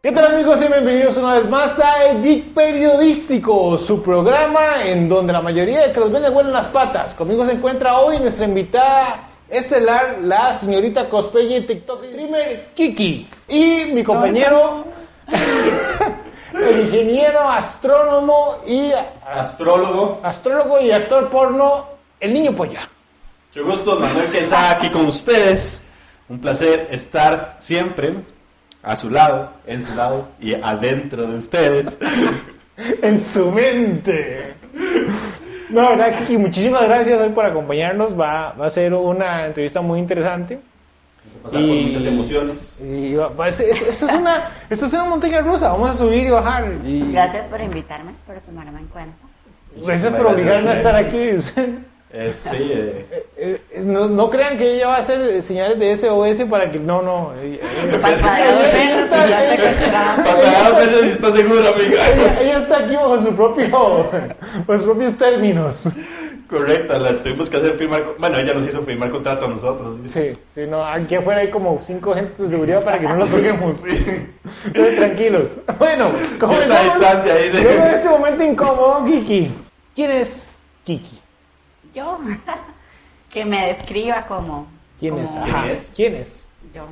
¿Qué tal, amigos? Y bienvenidos una vez más a El Geek Periodístico, su programa en donde la mayoría de que los ven huelen las patas. Conmigo se encuentra hoy nuestra invitada estelar, la señorita cosplayer y TikTok streamer Kiki. Y mi compañero, el ingeniero, astrónomo y... astrólogo y actor porno, el Niño Polla. Mucho gusto, Manuel Quesada, aquí con ustedes. Un placer estar siempre a su lado, en su lado y adentro de ustedes. En su mente. No, verdad, Kiki, muchísimas gracias hoy por acompañarnos. Va a ser una entrevista muy interesante. Vamos a pasar por muchas emociones. Y esto es una montaña rusa. Vamos a subir y bajar. Gracias por invitarme, por tomarme en cuenta. Gracias por obligarme a estar aquí. No crean que ella va a hacer señales de SOS para que... No. Patada dos veces y ya sé que será. Patada dos veces y está segura, amiga. Ella está aquí bajo sus propios términos. Correcto, la tuvimos que hacer firmar... Bueno, ella nos hizo firmar contrato a nosotros. Sí, no, aquí afuera hay como 5 agentes de seguridad para que no los toquemos. Entonces, tranquilos. Bueno, cierta distancia, dice. Luego de este momento incómodo, Kiki. ¿Quién es Kiki? Yo, que me describa como... ¿Quién es? Yo,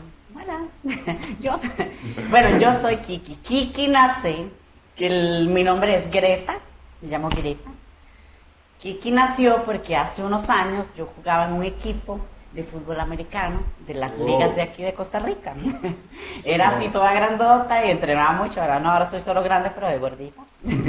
bueno, yo soy Kiki. Kiki nace, mi nombre es Greta, me llamo Greta. Kiki nació porque hace unos años yo jugaba en un equipo de fútbol americano de las ligas de aquí de Costa Rica. Era así toda grandota y entrenaba mucho. Ahora soy solo grande, pero de gordita.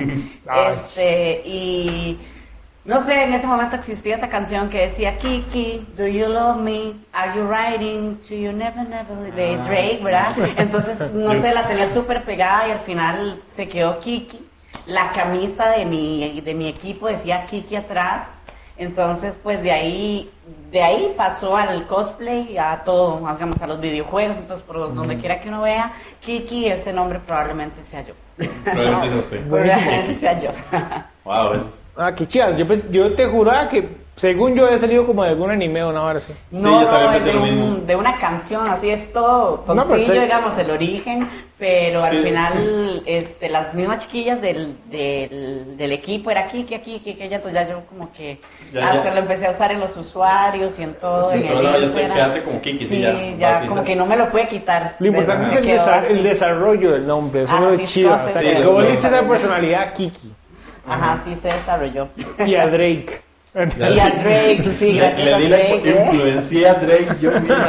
Y... no sé, en ese momento existía esa canción que decía Kiki, do you love me? Are you riding to you never de Drake, ¿verdad? Entonces, no sé, la tenía súper pegada y al final se quedó Kiki. La camisa de mi equipo decía Kiki atrás. Entonces, pues de ahí pasó al cosplay, a todo, digamos, a los videojuegos. Entonces, por donde quiera que uno vea, Kiki, ese nombre probablemente sea yo. Probablemente sea usted. Probablemente sea yo. Wow, eso. Qué chidas. Yo te juraba que, según yo, había salido como de algún anime o una hora así. No, yo también pensé de, lo mismo. De una canción, así es todo tontillo, digamos, el origen, pero al final, las mismas chiquillas del equipo era Kiki, ella, entonces ya yo como que lo empecé a usar en los usuarios y en todo. Sí, en todo lado ya te quedaste como Kiki, sí, ya como que no me lo puede quitar. Lo importante es el desarrollo del nombre, eso es lo chido. O sea, que vos diste esa personalidad Kiki. Ajá, sí se desarrolló. Y a Drake. Y a Drake, sí, gracias a Drake. Influencié a Drake yo misma.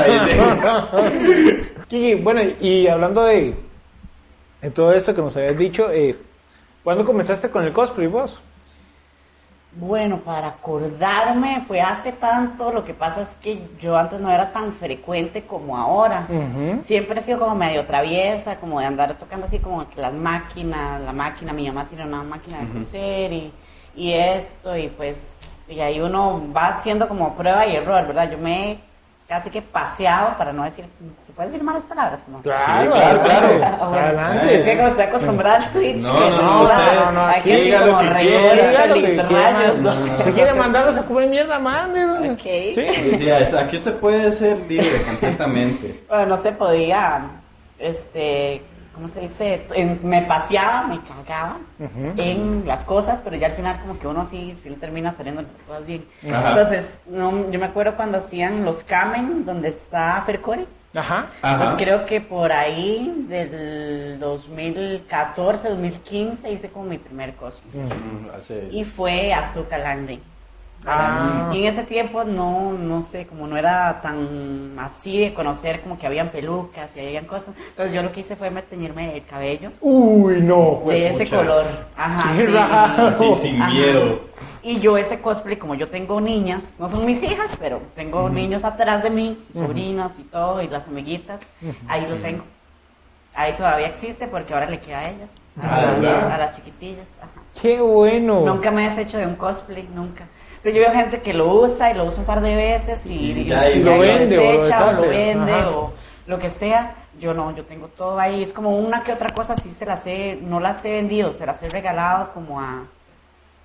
Kiki, bueno, y hablando de todo esto que nos habías dicho, ¿cuándo comenzaste con el cosplay vos? Bueno, para acordarme, fue hace tanto, lo que pasa es que yo antes no era tan frecuente como ahora. Siempre he sido como medio traviesa, como de andar tocando así como que la máquina, mi mamá tiene una máquina de coser y esto, y pues, y ahí uno va haciendo como prueba y error, ¿verdad? Yo me he casi que paseado, para no decir, ¿se pueden decir malas palabras? ¿No? Claro, sí, claro. Adelante. Es que como estoy acostumbrada al Twitch. No, aquí diga lo que quiera. Si quiere mandarlos a comer mierda, mándenos. Okay. Sí. Aquí usted puede ser libre completamente. Bueno, no se podía, ¿cómo se dice? Me paseaba, me cagaba en las cosas, pero ya al final como que uno sí termina saliendo las cosas bien. Ajá. Entonces, yo me acuerdo cuando hacían los Kamen, donde está Fercore. Ajá. Pues creo que por ahí, del 2014, 2015, hice como mi primer cosplay. Y fue Azúcar Landry. Y en ese tiempo no sé, como no era tan así de conocer como que habían pelucas y habían cosas. Entonces yo lo que hice fue teñirme el cabello. Uy, no. De ese color. Ajá, Qué sí. raro. Así, sin miedo. Y yo ese cosplay, como yo tengo niñas, no son mis hijas, pero tengo niños atrás de mí, sobrinos y todo, y las amiguitas, ahí lo tengo. Ahí todavía existe porque ahora le queda a ellas, a las chiquitillas. Ajá. Qué bueno. Nunca me he deshecho de un cosplay, nunca. O sea, yo veo gente que lo usa y lo usa un par de veces y lo vende desecha, o lo vende o lo que sea. Yo no, yo tengo todo ahí. Es como una que otra cosa, sí no las he vendido, se las he regalado como a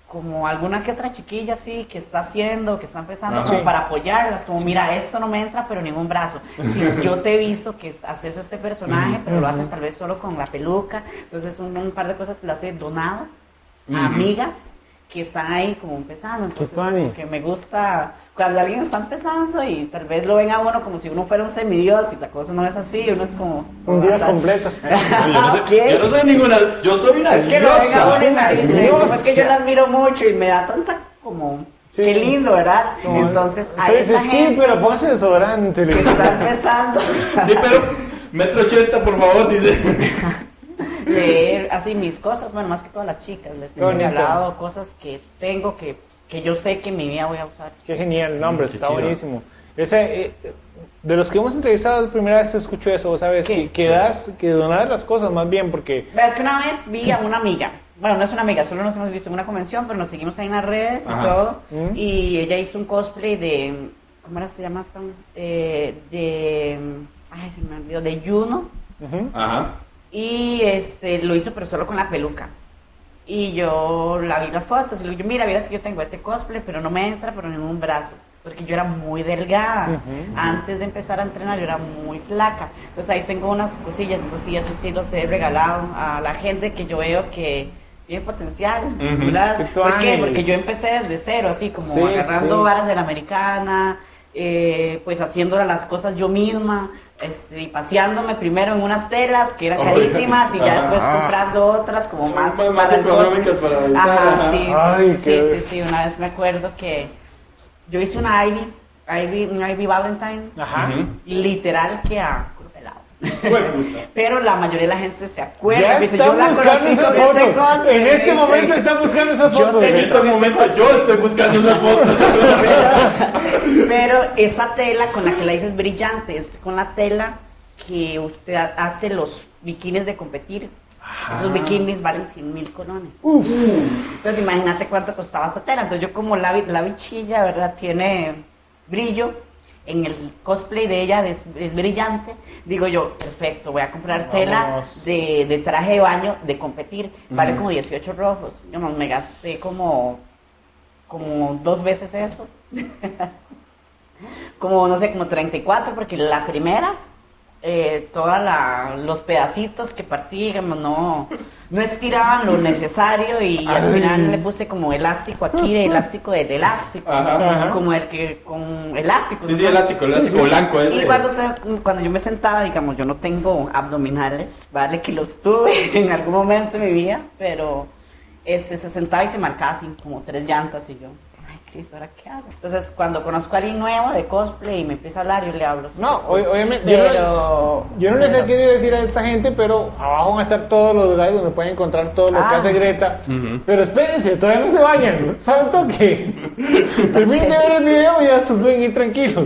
como alguna que otra chiquilla así que está haciendo, que está empezando, Ajá. como para apoyarlas, como mira, esto no me entra, pero ningún brazo. Si yo te he visto que haces este personaje, pero lo hacen tal vez solo con la peluca, entonces un par de cosas las he donado a amigas que están ahí como empezando, entonces como que me gusta cuando alguien está empezando y tal vez lo ven a uno como si uno fuera un semidios y la cosa no es así, uno es como... Un dios completo. Yo no soy ninguna, yo soy una Es que lo ven a diosa. uno y me dicen, Diosa. como es que yo la admiro mucho y me da tanta como... Sí. Qué lindo, ¿verdad? Entonces, a Entonces, esa sí, gente pero póngase desodorante. que está empezando Sí, pero 1,80 m, por favor, dice. leer así mis cosas, bueno, más que todas las chicas, les he Qué bonito. regalado cosas que tengo que yo sé que en mi vida voy a usar. Qué genial, no, hombre, Qué está chido. buenísimo. De los que hemos entrevistado, la primera vez escucho eso, vos sabes, ¿Qué? que donas las cosas más bien, porque... Es que una vez vi a una amiga, bueno, no es una amiga, solo nos hemos visto en una convención, pero nos seguimos ahí en las redes y Ajá. todo, ¿Mm? y ella hizo un cosplay de, ¿cómo era se llama esta? Ay, se me olvidó, de Juno, Ujú. Ajá. y lo hizo pero solo con la peluca. Y yo la vi las fotos y le digo, mira, mira si yo tengo ese cosplay, pero no me entra por ningún brazo. Porque yo era muy delgada. Antes de empezar a entrenar yo era muy flaca. Entonces ahí tengo unas cosillas, entonces sí, eso sí los he regalado a la gente que yo veo que tiene potencial, ¿verdad? Qué ¿Por qué? tuanis. Porque yo empecé desde cero, así como Sí, agarrando sí. varas de la americana, pues haciendo las cosas yo misma, y paseándome primero en unas telas que eran carísimas y ya después comprando otras como más Más el económicas corte. para evitar, Ajá, ajá. sí. Ay, sí, qué- sí, una vez me acuerdo que yo hice una un Ivy Valentine, Ajá. Ujú. literal que a culo pelado. Puta. Pero la mayoría de la gente se acuerda. Ya dice, están yo la buscando conocí esa con ese foto. cosplay, En este dice. momento están buscando esa Yo foto. te En vi este momento yo estoy buscando esa foto. Pero esa tela con la que la hice es brillante, es con la tela que usted hace los bikinis de competir. Esos bikinis valen 100,000 colones. Entonces imagínate cuánto costaba esa tela. Entonces yo como la bichilla, ¿verdad? Tiene brillo. En el cosplay de ella es brillante. Digo yo, perfecto, voy a comprar tela Vamos. de traje de baño de competir. Vale como 18 rojos. Yo me gasté como 2 veces eso. Como, no sé, como 34, porque la primera, todos los pedacitos que partí, digamos, no estiraban lo necesario y al final le puse como elástico aquí, de elástico del elástico, Ajá. como el que con elástico. Sí, ¿no? sí, elástico blanco. Y cuando yo me sentaba, digamos, yo no tengo abdominales, ¿vale? Que los tuve en algún momento de mi vida, pero se sentaba y se marcaba así como 3 llantas y yo, ay, Cristo, ¿ahora qué hago? Entonces, cuando conozco a alguien nuevo de cosplay y me empieza a hablar, yo le hablo. No, obviamente, Pero... yo no les he querido decir a esta gente, pero abajo van a estar todos los lugares donde pueden encontrar todo lo que hace Greta. Pero espérense, todavía no se vayan, ¿saben un toque? Terminen de ver el video y ya se pueden ir tranquilos.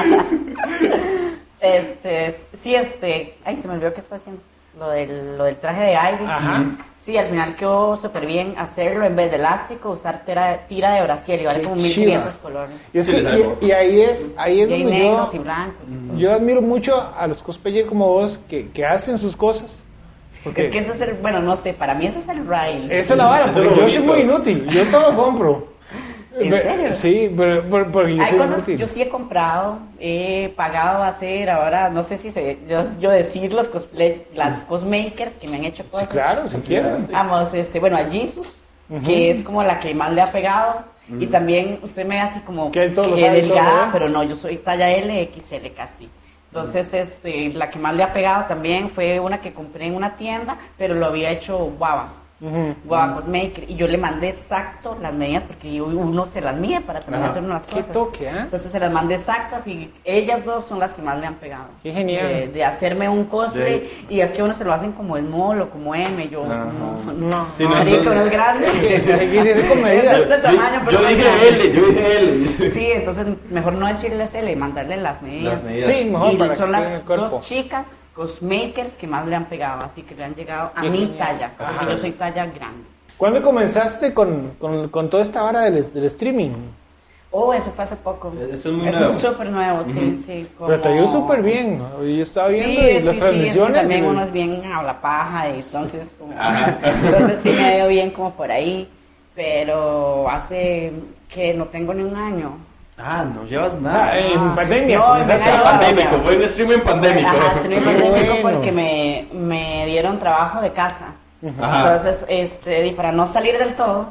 Sí, ay, se me olvidó que está haciendo, lo del traje de Ivy. Ajá. Sí, al final quedó súper bien hacerlo en vez de elástico, usar tira de brasier y vale Qué como chiva. 1.500 colores. Y, es Sí, que, les hago. y ahí es Y hay donde negros y blancos. yo admiro mucho a los cosplayers como vos que hacen sus cosas. Porque Es que ese es el, bueno, no sé, para mí ese es el Riley. esa es la vara, Eso es porque lo yo soy bonito. muy inútil, yo todo lo compro. ¿En serio? Sí, pero porque yo Hay soy cosas inútil. yo sí he comprado, he pagado a hacer, ahora no sé si yo decir las cosmakers que me han hecho Sí, cosas. claro, si quieren. Vamos, bueno, a Jesus, que es como la que más le ha pegado. Y también usted me ve así como Que él todo lo sabe, delgada, todo, ¿eh? pero no, yo soy talla L, XL casi. Entonces, la que más le ha pegado también fue una que compré en una tienda, pero lo había hecho Guava. Guava Cosmaker, y yo le mandé exacto las medidas porque uno se las mide para también Ajá. hacer unas Qué cosas. toque, ¿eh? Entonces se las mandé exactas y ellas dos son las que más le han pegado. Qué genial. De hacerme un cosplay y es que uno se lo hacen como small o como M, yo Ajá. No. Sí, no, marico, entonces- no es grande. Hay que decir con medidas. Es de este tamaño, pero yo no es dije grande. L, yo dije L. Sí, entonces mejor no decirles L, mandarle las medidas. Las medidas. Sí, mejor Y para son que tenga el las cuerpo. dos chicas cosmakers que más le han pegado, así que le han llegado a Qué mi genial. talla, así que Ajá. yo soy talla grande. ¿Cuándo comenzaste con toda esta vara del streaming? Oh, eso fue hace poco. Eso es muy Eso nuevo. es súper nuevo, sí, sí. Pero te ayudó súper bien. Yo estaba viendo y las Sí, transmisiones. es que también y- uno es bien a la paja y entonces como... Ajá. Entonces sí me veo bien como por ahí. pero hace que no tengo ni un año. Ah, no llevas Ah, nada. en pandemia. No, comenzaste en O sea, a- pandémico, fue un streaming pandémico. Ajá, estoy Qué pandémico bueno. porque me dieron trabajo de casa. Ajá. Entonces, y para no salir del todo,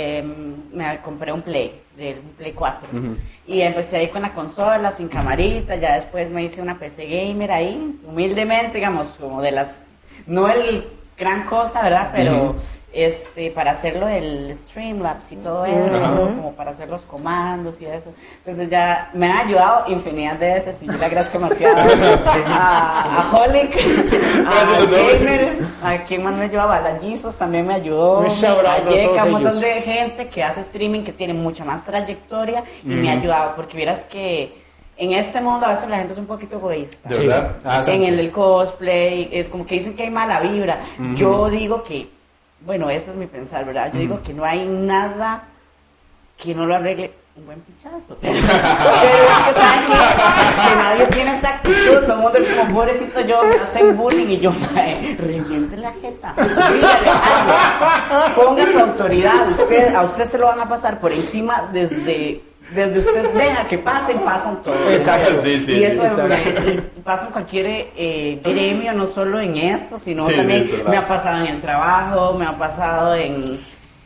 me compré un Play 4. Y empecé ahí con la consola, sin camarita, ya después me hice una PC gamer ahí, humildemente, digamos, como de las, no el gran cosa, ¿verdad? Pero para hacerlo del Streamlabs y todo eso, Ajá. como para hacer los comandos y eso. Entonces ya me han ayudado infinidad de veces y yo le agradezco demasiado a Holic, a Gamer, a quien más me ayudaba, a la Jesus también me ayudó, Un shout out a a todos Yeka, un montón ellos. de gente que hace streaming que tiene mucha más trayectoria y me ha ayudado, porque vieras que en este mundo a veces la gente es un poquito egoísta. ¿De verdad? Ah, En sí. el cosplay, como que dicen que hay mala vibra. Yo digo que, bueno, ese es mi pensar, ¿verdad? Yo digo que no hay nada que no lo arregle un buen pichazo. Pero es que saben que nadie tiene esa actitud, todo el mundo es como pobrecito yo, me hacen bullying y yo, reviente la jeta. Dígale algo. Ponga su autoridad, a usted se lo van a pasar por encima desde usted deja que pasan todos. Exacto. Sí, y eso exacto. pasa en cualquier gremio, no solo en eso, sino Sí, también sí, total. me ha pasado en el trabajo, me ha pasado en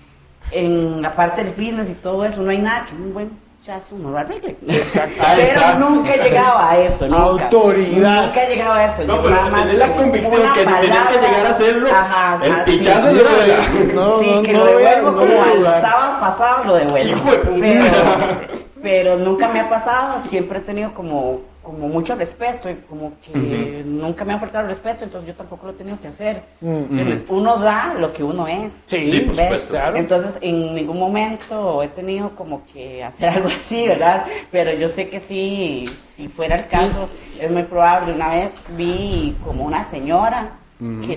la parte del fitness y todo eso. No hay nada que un buen chazo no lo arregle. Exacto. Ahí Pero está. nunca he llegado a eso, nunca. Autoridad. Nunca he llegado a eso. No, Yo pero nada más tenés la convicción una que si tienes que palabra, llegar a hacerlo, ajá, el así. pichazo Sí, se lo no, Sí, no, que no lo voy a- devuelvo no como voy a al dudar. sábado pasado, lo devuelvo. Hijo de puta. Pero nunca me ha pasado, siempre he tenido como mucho respeto y como que nunca me ha faltado el respeto, entonces yo tampoco lo he tenido que hacer. Entonces, uno da lo que uno es. Sí, por ¿ves? supuesto. Claro. Entonces, en ningún momento he tenido como que hacer algo así, ¿verdad? Pero yo sé que sí, si fuera el caso, es muy probable. Una vez vi como una señora que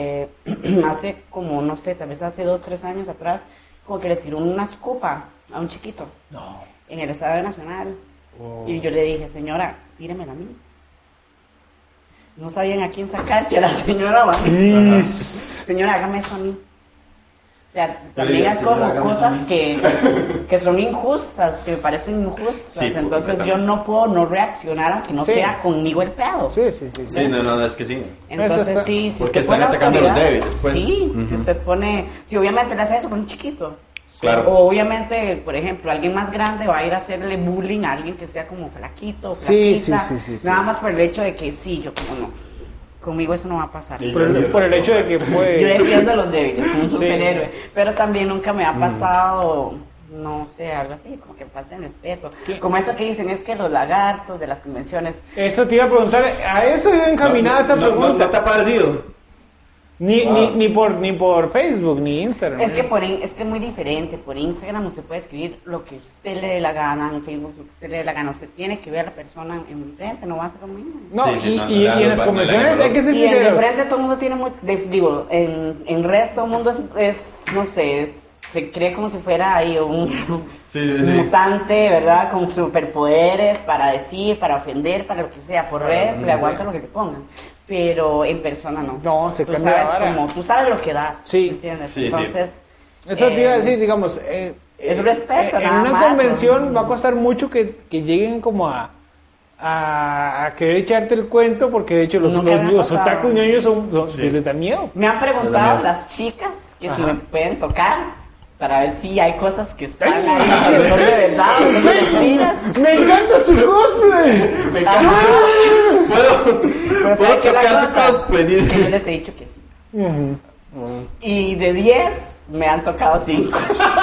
hace como, no sé, tal vez hace 2, 3 años atrás, como que le tiró una escopa a un chiquito No. en el Estadio Nacional. Y yo le dije, señora, tíremela a mí. No sabían a quién sacar, si a la señora o a mí. Señora, hágame eso a mí. O sea, también hay señora, como hágame cosas eso a que son injustas, que me parecen injustas. Sí, Entonces yo completamente. no puedo no reaccionar aunque no Sí. sea conmigo el pedo. Sí, sí, sí. Sí, no, es que sí. Entonces Eso está- sí, si Porque usted están pone atacando a los autoridad, débiles, pues. Sí, Ujú. si usted pone, si obviamente le hace eso con un chiquito. Claro. O obviamente, por ejemplo, alguien más grande va a ir a hacerle bullying a alguien que sea como flaquito, Sí, flaquita, sí. nada más por el hecho de que sí, yo como no, conmigo eso no va a pasar. Sí. Por el hecho de que Yo puede... defiendo a los débiles como un Sí. superhéroe, pero también nunca me ha pasado, no sé, algo así, como que falta de respeto. ¿Qué? Como eso que dicen, es que los lagartos de las convenciones, Eso te iba a preguntar, a eso iba encaminada esta no, pregunta. ¿No te ha parecido? Ni por Facebook, ni Instagram. es que es que es muy diferente. Por Instagram usted puede escribir lo que usted le dé la gana, en Facebook lo que usted le dé la gana. Usted tiene que ver a la persona enfrente, no va a ser lo mismo. No, Sí, sí, y, no, y- no, y en no, las no, convenciones no, hay que ser Y en de sinceros. frente todo el mundo tiene muy, digo, en redes todo el mundo es, no sé, se cree como si fuera ahí un Sí, sí, sí. mutante, ¿verdad? Con superpoderes para decir, para ofender, para lo que sea. Por redes le aguanta lo que le pongan. Pero en persona no. No, se Tú cambia la sabes vara. como, tú sabes lo que das. Sí. ¿Entiendes? Sí, sí. Entonces. Eso te iba a eh, decir, digamos, es respeto, en nada una más, convención ¿no? va a costar mucho que lleguen como a querer echarte el cuento, porque de hecho los Nunca me ha los pasado. otaku ñoños Sí. les da miedo. Me han Me da preguntado miedo. las chicas que si Ajá. me pueden tocar para ver si hay cosas que están Ay. ahí que son de verdad o son de mentiras. ¡Me encanta su cosplay! Me Ajá. ¿Puedo Pero ¿sabe qué es la tocar su cosa? cosplay? Que yo Dice. les he dicho que sí. Ujú. Y de 10 me han tocado 5.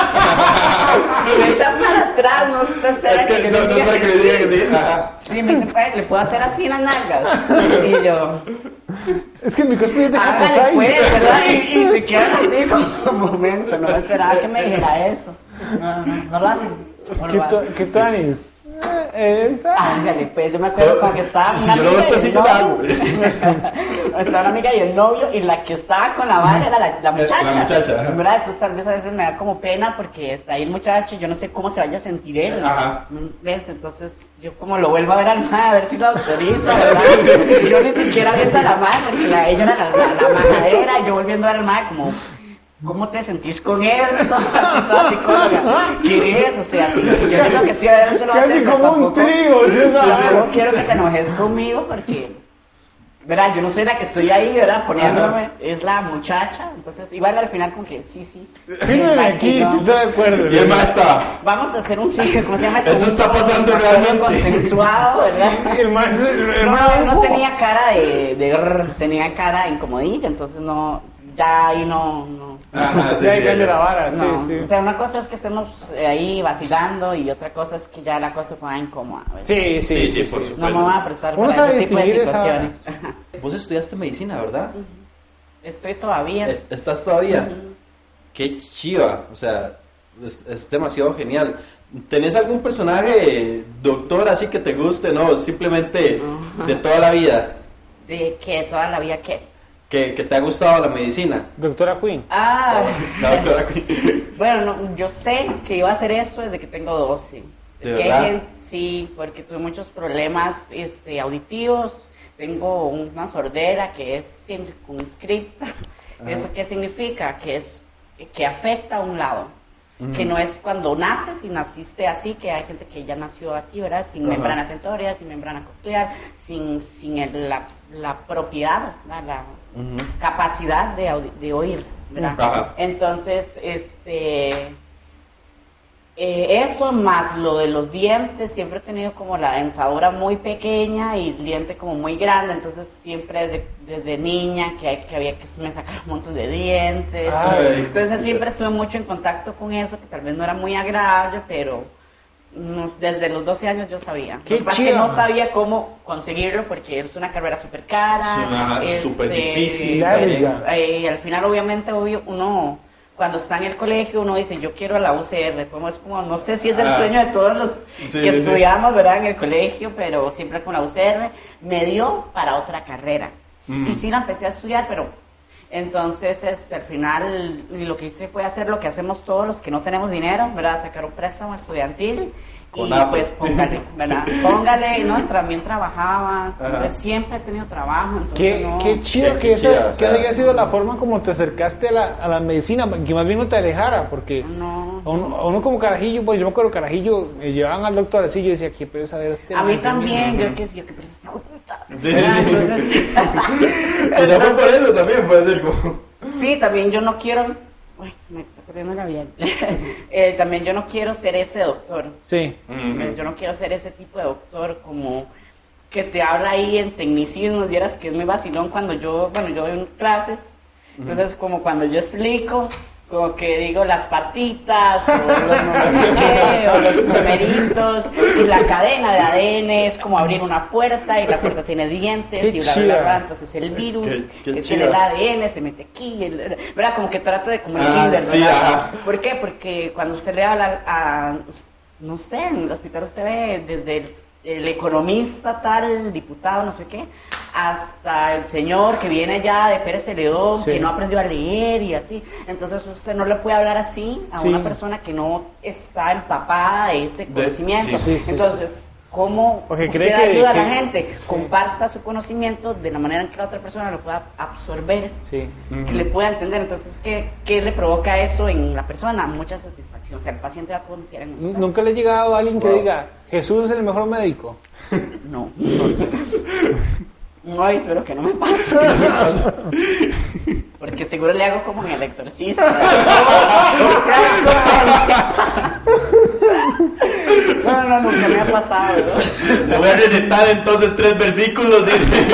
Me echan para atrás, no se espera Es que no, les no es diga para que les diga que sí. Ajá. Sí, me dicen, "Padre, le puedo hacer así en las nalgas". Y yo, Es que mi cosplay es de hágale Kakusai. pues, ¿verdad? Y se quedan así como un momento, no esperaba que me dijera eso. No lo hacen. No lo hacen. ¿Qué tanis? Está. Ándale, pues yo me acuerdo como que estaba Si una yo lo amiga veo y así, el yo lo hago. novio. Estaba una amiga y el novio, y la que estaba con la vara era la muchacha. La muchacha, ajá. ¿Verdad? Entonces tal vez a veces me da como pena porque está ahí el muchacho y yo no sé cómo se vaya a sentir él. Ajá. ¿Ves? Entonces yo como lo vuelvo a ver al mae, a ver si lo autoriza, ¿verdad? Yo ni siquiera viendo a la mae porque ella era la majadera y yo volviendo a ver al mae como... ¿cómo te sentís con esto? Así toda psicóloga. ¿Qué es? O sea, sí, yo creo que sí, a veces lo Casi hacen, pero como un tampoco- trigo. ¿Sí? tampoco quiero que te enojes conmigo porque, ¿verdad? Yo no soy la que estoy ahí, ¿verdad? Poniéndome, es la muchacha. Entonces, igual al final con que sí. Fírmeme El aquí vacilón. si está de acuerdo. Y el más está. Vamos a hacer un ciclo, ¿cómo se llama? Eso está pasando Un realmente. consensuado, ¿verdad? El más, No tenía cara de grrr, tenía cara de incomodilla, entonces no, ya ahí no. Ajá, sí, Ya sí, hay que de la vara, No, sí. o sea, una cosa es que estemos ahí vacilando y otra cosa es que ya la cosa se ponga incómoda. ¿verdad? Sí, por sí. No me voy a prestar Uno para sabe ese tipo de distinguir esa- situaciones. Vos estudiaste medicina, ¿verdad? Estoy todavía. ¿Estás todavía? Ujú. Qué chiva, o sea, es demasiado genial. ¿Tenés algún personaje, doctor, así que te guste, no? Simplemente de toda la vida, ¿De qué? ¿Toda la vida qué? que te ha gustado la medicina. Doctora Queen. Ah, La doctora Queen. bueno, no, yo sé que iba a hacer esto desde que tengo 12. ¿De Es que verdad? hay gente, sí, porque tuve muchos problemas auditivos. Tengo una sordera que es circunscripta. ¿Eso qué significa? Que afecta a un lado. Que no es cuando naces y naciste así, que hay gente que ya nació así, ¿verdad? Sin Ajá. membrana tentoria, sin membrana coclear, sin la propiedad, ¿verdad? La Ujú. capacidad de oír, ¿verdad? Ajá. Entonces, eso más lo de los dientes, siempre he tenido como la dentadura muy pequeña y el diente como muy grande, entonces siempre desde niña que había que me sacar un montón de dientes. Ay, Entonces siempre estuve mucho en contacto con eso, que tal vez no era muy agradable, pero desde los 12 años yo sabía. ¡Qué Lo que pasa es que chido! no sabía cómo conseguirlo porque es una carrera súper cara. Sí, ajá, súper difícil. Larga. Al final, obviamente, uno, cuando está en el colegio, uno dice, yo quiero a la UCR. Como es como, no sé si es el Ah. sueño de todos los Sí, que sí. estudiamos, ¿verdad? En el colegio, pero siempre con la UCR. Me dio para otra carrera. Mm. Y sí la empecé a estudiar, pero entonces al final lo que hice fue hacer lo que hacemos todos los que no tenemos dinero, ¿verdad? Sacar un préstamo estudiantil. Con Y Apple. pues póngale, ¿verdad? Póngale, ¿no? También trabajaba, Ajá. siempre he tenido trabajo, entonces Qué, no. qué chido Qué que esa, chido, o que sea, esa haya sido la forma como te acercaste a la medicina, que más bien no te alejara, porque No. a uno como carajillo, pues yo me acuerdo carajillo, me llevaban al doctor así, yo decía, qué pereza ver este A mí man, también, yo que decía, que pero este hijo de puta. Sí, sí, ¿verdad? sí. Entonces, O sea, fue por eso también, puede ser como... sí, también yo no quiero. Uy, me está corriendo la bien. También yo no quiero ser ese doctor. Sí. Yo no quiero ser ese tipo de doctor como que te habla ahí en tecnicismos, vieras que es muy vacilón cuando yo doy clases, entonces como cuando yo explico, como que digo las patitas, o los no sé qué, o los numeritos, y la cadena de ADN es como abrir una puerta, y la puerta tiene dientes, Qué y bla, bla, chida. bla, entonces el virus Qué que chida. tiene el ADN se mete aquí, ¿verdad? Como que trato de como el Ah, kinder, sí, ¿verdad? ajá. ¿Por qué? Porque cuando usted le habla no sé, en el hospital usted ve desde el economista tal, diputado, no sé qué, hasta el señor que viene ya de Pérez Celedón, Sí. que no aprendió a leer y así. Entonces usted no le puede hablar así a Sí. una persona que no está empapada de ese conocimiento. sí, sí, Entonces, ¿cómo Porque usted cree que- ayuda a la que- gente? Comparta su conocimiento de la manera en que la otra persona lo pueda absorber, Sí. que le pueda entender. Entonces, ¿qué le provoca eso en la persona? Mucha satisfacción. O sea, el paciente va a confiar en usted. ¿Nunca le ha llegado a alguien que Wow. diga, Jesús es el mejor médico? No. No, espero que no me pase. Porque seguro le hago como en el exorcista. No, nunca me ha pasado. ¿no? Le voy a recetar entonces 3 versículos, dice.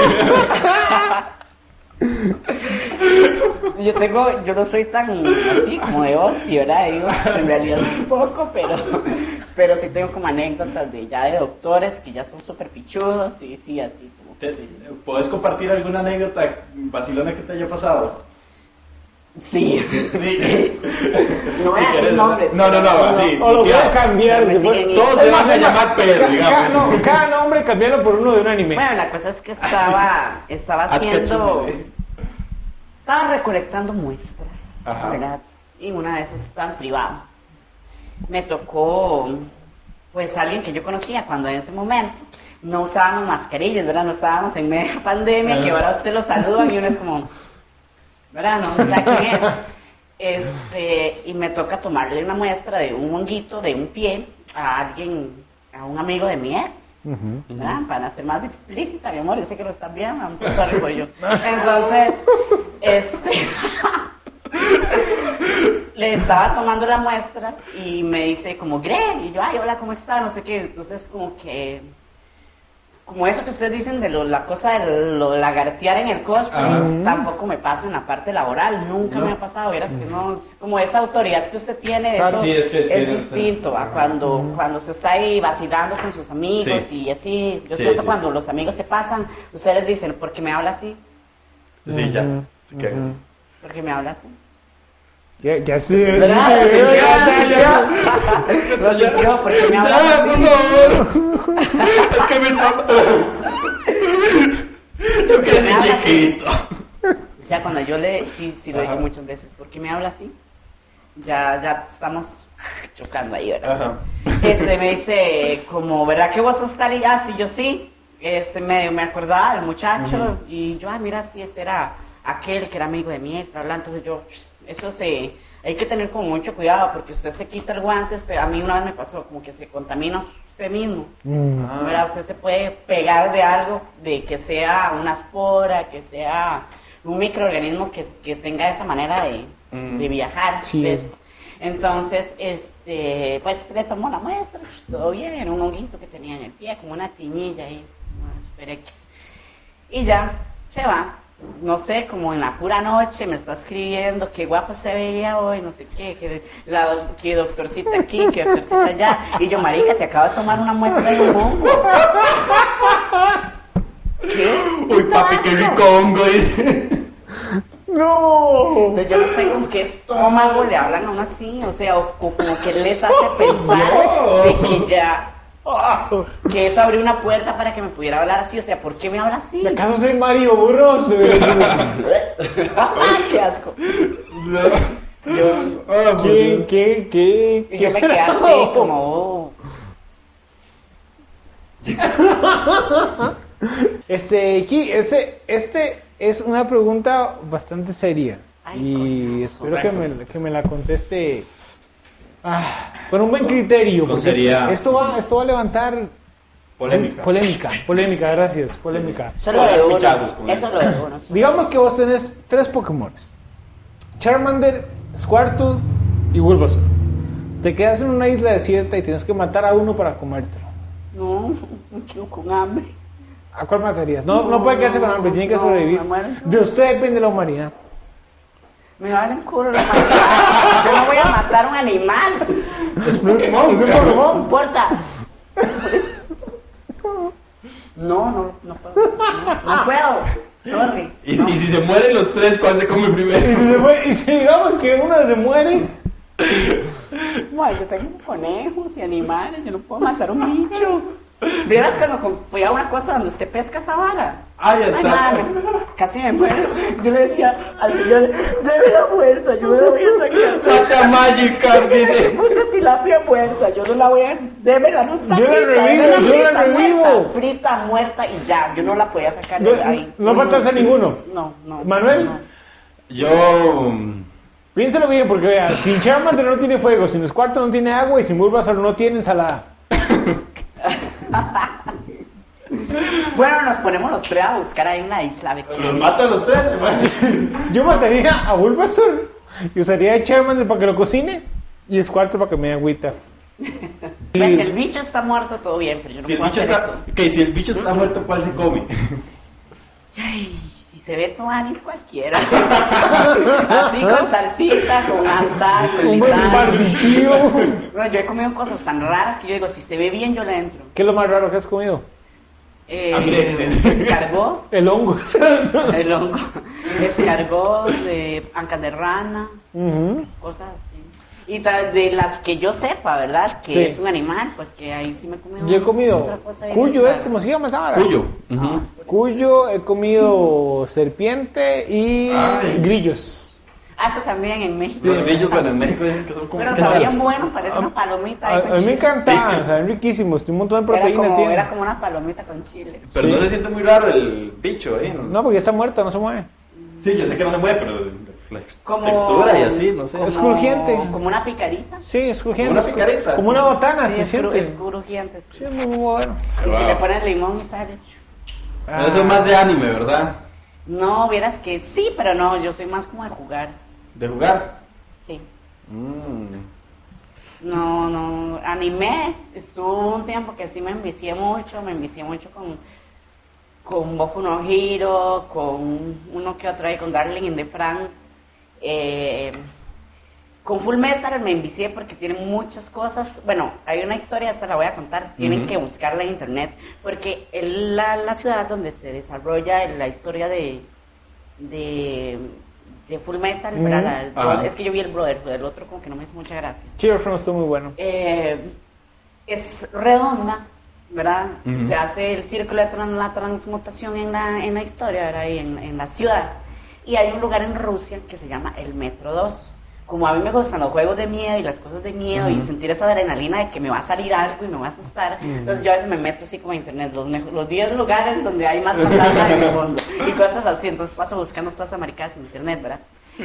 Yo no soy tan así como de hostia, ¿verdad? Digo, en realidad un poco, pero sí tengo como anécdotas de doctores que ya son súper pichudos y sí, así como que sí. ¿Puedes compartir alguna anécdota vacilona que te haya pasado? Sí. Sí. No voy Si a decir quieres, nombres. no, sí. O lo tía, puedo cambiar. me después. siguen- Todos se Es van a es llamar Pedro, digamos. Cada nombre cambiarlo por uno de un anime. Bueno, la cosa es que estaba haciendo... Estaba recolectando muestras, Ajá. ¿verdad? Y una vez estaba en privado. Me tocó, pues, alguien que yo conocía cuando en ese momento no usábamos mascarillas, ¿verdad? No estábamos en media pandemia, que ahora usted lo saludan y uno es como, ¿verdad? No, ya quién y me toca tomarle una muestra de un honguito, de un pie, a un amigo de mi ex. ¿Verdad? Para ser más explícita, mi amor, yo sé que lo están viendo, I'm so sorry for you. Entonces, le estaba tomando la muestra y me dice como, Greg, y yo, ay, hola, ¿cómo está? No sé qué. Entonces, como eso que ustedes dicen de la cosa de lo lagartear en el cosplay, tampoco me pasa en la parte laboral, nunca me ha pasado, verás que no, es como esa autoridad que usted tiene, eso sí, es distinto a cuando se está ahí vacilando con sus amigos y así, yo siento cuando los amigos se pasan, ustedes dicen, ¿por qué me habla así? Sí, ya, se queda así. ¿Por qué me habla así? Ya sí. ¿Verdad? ¿Por qué me habla Ya, así? por favor. Es que mis papás. Yo crecí chiquito. O sea, cuando yo sí lo he dicho muchas veces, ¿por qué me habla así? Ya estamos chocando ahí, ¿verdad? Ajá. Me dice, como, ¿verdad que vos sos tal y ya? Sí, yo sí. Me acordaba del muchacho y yo, mira, sí, ese era aquel que era amigo de mi ex, bla, bla. Entonces yo, hay que tener como mucho cuidado porque usted se quita el guante, a mí una vez me pasó como que se contamina usted mismo, ¿verdad? Usted se puede pegar de algo, de que sea una espora, que sea un microorganismo que tenga esa manera de viajar. Sí. ¿Ves? Entonces, pues le tomó la muestra, todo bien, era un honguito que tenía en el pie, como una tiñilla ahí, una super X. Y ya, se va. No sé, como en la pura noche me está escribiendo qué guapa se veía hoy, no sé qué, que doctorcita aquí, que doctorcita allá. Y yo, marica, te acabo de tomar una muestra de un hongo. ¿Qué? Uy, papi, qué rico hongo, dice. ¡No! Entonces yo no sé con qué estómago le hablan a uno así, o sea, o como que les hace pensar de que ya... Que eso abrió una puerta para que me pudiera hablar así, o sea, ¿por qué me habla así? ¿Acaso soy Mario Bros? ¡Ay, qué asco! ¿Qué? Y yo me quedé así como... Aquí, este es una pregunta bastante seria. Ay, y coñazo. espero que me la conteste con un buen criterio. Con Porque seriedad. esto va a levantar polémica, gracias, polémica. Eso es lo de uno. Pichazos con Eso es lo de uno. Digamos que vos tenés 3 Pokémon: Charmander, Squirtle y Bulbasaur. Te quedas en una isla desierta y tienes que matar a uno para comértelo. No, me quedo con hambre. ¿A cuál matarías? No puede quedarse con hambre, tiene que sobrevivir. me muero. De usted depende la humanidad. Me vale un culo la humanidad. Yo no voy a matar a un animal. Es Pokémon. No importa. No puedo. No puedo. Sorry. Y si se mueren los 3, ¿cuál se come primero? Y si digamos que uno se muere, Bueno, yo tengo conejos y animales. Yo no puedo matar un bicho. ¿Vieras cuando fui a una cosa donde usted pesca esa vara? Ah, ya está. Ay, madre, casi me muero. Yo le decía al señor, deme la muerta, yo no la voy a sacar. Mata Magikarp, dice. Puta tilapia muerta, yo no la voy a... Démela, no está Yo la frita, revivo, démela yo la frita, revivo. muerta, frita, muerta y ya. Yo no la podía sacar de ahí. no matas a ninguno. No. Manuel, no. Yo... piénsalo bien porque vea, sin Charmander no tiene fuego, sin Squirtle no tiene agua y sin Bulbasaur no tiene ensalada. Bueno, nos ponemos los 3 a buscar ahí en la isla. A ver qué Los hay. mato a los 3, Yo mataría a Bulbasaur y usaría a Charmander para que lo cocine y Squirtle para que me dé agüita. Pues el bicho está muerto, todo bien, pero yo no Si el puedo bicho hacer está... eso. Ok, si el bicho está muerto, ¿cuál se come? Ay, si se ve tu anís cualquiera. Así con salsita, con sal, con Un buen lisán. barbecue. No, yo he comido cosas tan raras que yo digo, si se ve bien, yo le entro. ¿Qué es lo más raro que has comido? Escargot, El hongo. el hongo. Escargot, ancas de rana, Ujú. cosas así. Y de las que yo sepa, ¿verdad? Que Sí. es un animal, pues que ahí sí me he comido. Yo he comido otra cosa ahí cuyo, rara. es como se llama esa vara. Cuyo. Ujú. Cuyo, he comido serpiente y Ay. grillos. Eso también en México. Los grillos, bueno, en México dicen que son como... Pero ¿qué tal? sabían bueno, parece una palomita. ahí A con mí me chile. encantaban, saben riquísimos, tiene un montón de proteína. tiene. Era como una palomita con chile. Pero Sí. no se siente muy raro el bicho, ¿eh? No, porque ya está muerta, no se mueve. Sí, yo sé que no se mueve, pero... la Como- textura y así, no sé. como- Es crujiente. Como una picarita. Sí, es crujiente. Como una picarita. Como una botana, Sí, se es siente. crujiente. Sí. Sí, es muy bueno. Y Wow. si le ponen limón, sale. Pero eso es más de anime, ¿verdad? No, vieras que sí, pero no, yo soy más como de jugar. De jugar. Sí. Mm. No, anime, estuvo un tiempo que sí me envicié mucho con Boku no Hero, con uno que otro ahí, con Darling in the Franxx, con Full Metal me envicié porque tiene muchas cosas, bueno, hay una historia, esta la voy a contar, tienen que buscarla en internet, porque la ciudad donde se desarrolla la historia de Full Metal, ¿verdad? Ajá. Es que yo vi el Brotherhood, el otro como que no me hizo mucha gracia. Children estuvo muy bueno. Es redonda, ¿verdad? Ujú. Se hace el círculo de la transmutación en la historia, ¿verdad? Y en la ciudad. Y hay un lugar en Rusia que se llama el Metro 2. Como a mí me gustan los juegos de miedo y las cosas de miedo y sentir esa adrenalina de que me va a salir algo y me va a asustar, entonces yo a veces me meto así como a internet, los 10 lugares donde hay más fantasmas en el mundo y cosas así, entonces paso buscando todas esas maricadas en internet, ¿verdad?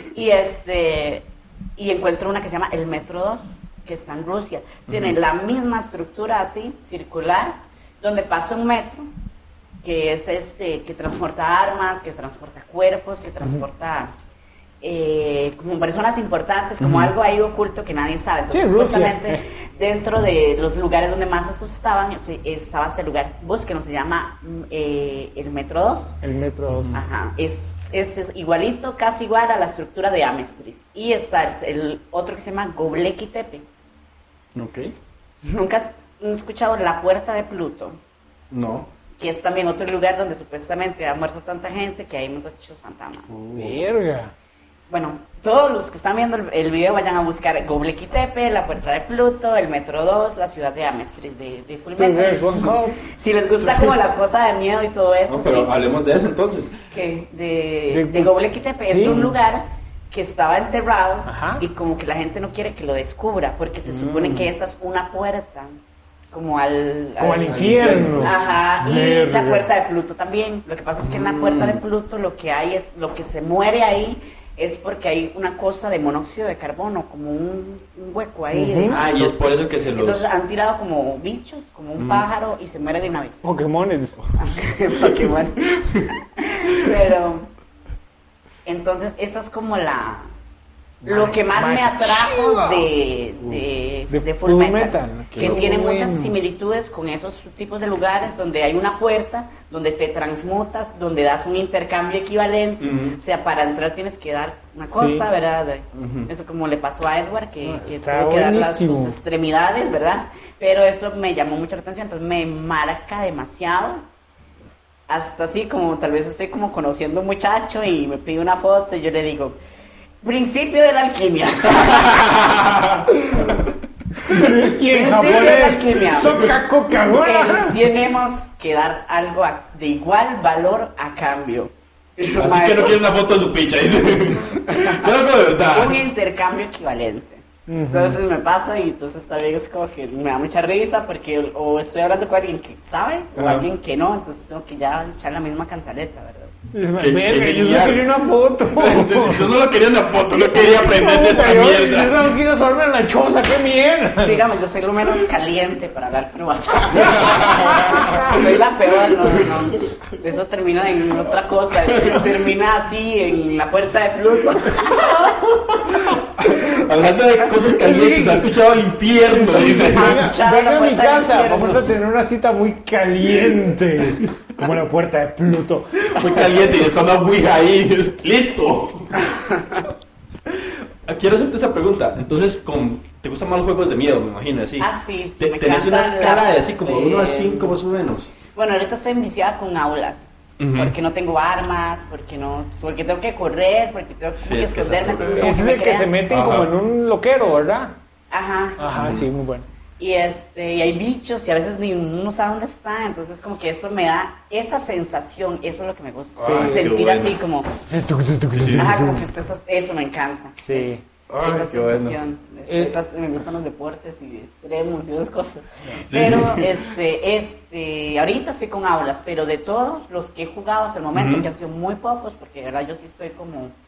Y encuentro una que se llama el Metro 2, que está en Rusia. Tiene la misma estructura así, circular, donde pasa un metro, que es que transporta armas, que transporta cuerpos, que transporta como personas importantes, como algo ahí oculto que nadie sabe. Entonces, Sí, Rusia. justamente dentro de los lugares donde más asustaban estaba ese lugar, búsquenlo, se llama el Metro 2. El Metro 2. Ajá, es igualito, casi igual a la estructura de Amestris. Y está el otro que se llama Göbekli Tepe. Ok. ¿Nunca has escuchado la Puerta de Pluto? No. Que es también otro lugar donde supuestamente ha muerto tanta gente que hay muchos fantasmas. Verga. Bueno, todos los que están viendo el video vayan a buscar Göbekli Tepe, la Puerta de Pluto, el Metro 2, la ciudad de Amestris de Full Two Girls, Metal. One Cup. Si les gusta como las cosas de miedo y todo eso, No, pero sí, hablemos de eso entonces. que De- de Göbekli Tepe sí. es un lugar que estaba enterrado Ajá. y como que la gente no quiere que lo descubra porque se supone que esa es una puerta como al infierno. Ajá, y Verga. la Puerta de Pluto también. Lo que pasa es que en la Puerta de Pluto lo que hay es, lo que se muere ahí es porque hay una cosa de monóxido de carbono, como un hueco ahí. de- Ah, y es por eso que se los... Entonces han tirado como bichos, como un pájaro y se muere de una vez. Pokémones. Pokémon. Pero entonces esa es como lo que más me atrajo de Full Metal, que Qué tiene bueno. muchas similitudes con esos tipos de lugares donde hay una puerta, donde te transmutas, donde das un intercambio equivalente. O sea, para entrar tienes que dar una cosa, Sí. ¿verdad? Eso como le pasó a Edward, que Está tuvo que dar buenísimo. sus extremidades, ¿verdad? Pero eso me llamó mucho la atención, entonces me marca demasiado. Hasta así como tal vez estoy como conociendo a un muchacho y me pide una foto y yo le digo, principio de la alquimia. Y en Sí, japonés, alquimia. soca Coca-Cola. Tenemos que dar algo de igual valor a cambio. Así que no quiere una foto de su picha, dice. Pero de verdad. Un intercambio equivalente. Entonces me pasa y entonces también es como que me da mucha risa porque o estoy hablando con alguien que sabe o Ajá. alguien que no, entonces tengo que ya echar la misma cantaleta, ¿verdad? Verga, Qué yo solo genial. quería una foto. Yo solo quería una foto, no quería aprender de esta Puta, yo mierda. solo quiero subirme en la choza, qué mierda. Sigamos, yo soy lo menos caliente para hablar con WhatsApp. Soy la peor, no. Eso termina en otra cosa. Termina así en la Puerta de Pluto. Hablando de cosas calientes, ha escuchado el infierno, dice. Venga a mi Puerta del casa, infierno. vamos a tener una cita muy caliente. Como la puerta de Pluto. Muy caliente y está una ouija ahí. ¡Listo! Quiero hacerte esa pregunta. Entonces, ¿te gustan más los juegos de miedo? Me imagino, así. Ah, sí, sí, me ¿Tenés una encantan escala de las, así, como de 1 a 5 más o menos? Bueno, ahorita estoy enviciada con aulas. Ujú. Porque no tengo armas, porque tengo que correr, porque tengo Sí, que es que esconderme. esas entonces como Ese es me el que crean- se meten Ajá. como en un loquero, ¿verdad? Ajá. Ajá, sí, muy bueno. Y y hay bichos y a veces ni uno sabe dónde está, entonces como que eso me da esa sensación, eso es lo que me gusta. Ay, qué sentir bueno. así como, sí. ajá, como que eso me encanta. Sí. Ay, Esa qué bueno. sensación. Me gustan los deportes y extremos y esas cosas. Sí. Pero ahorita estoy con aulas, pero de todos los que he jugado hasta el momento, Ujú. que han sido muy pocos, porque de verdad yo sí estoy como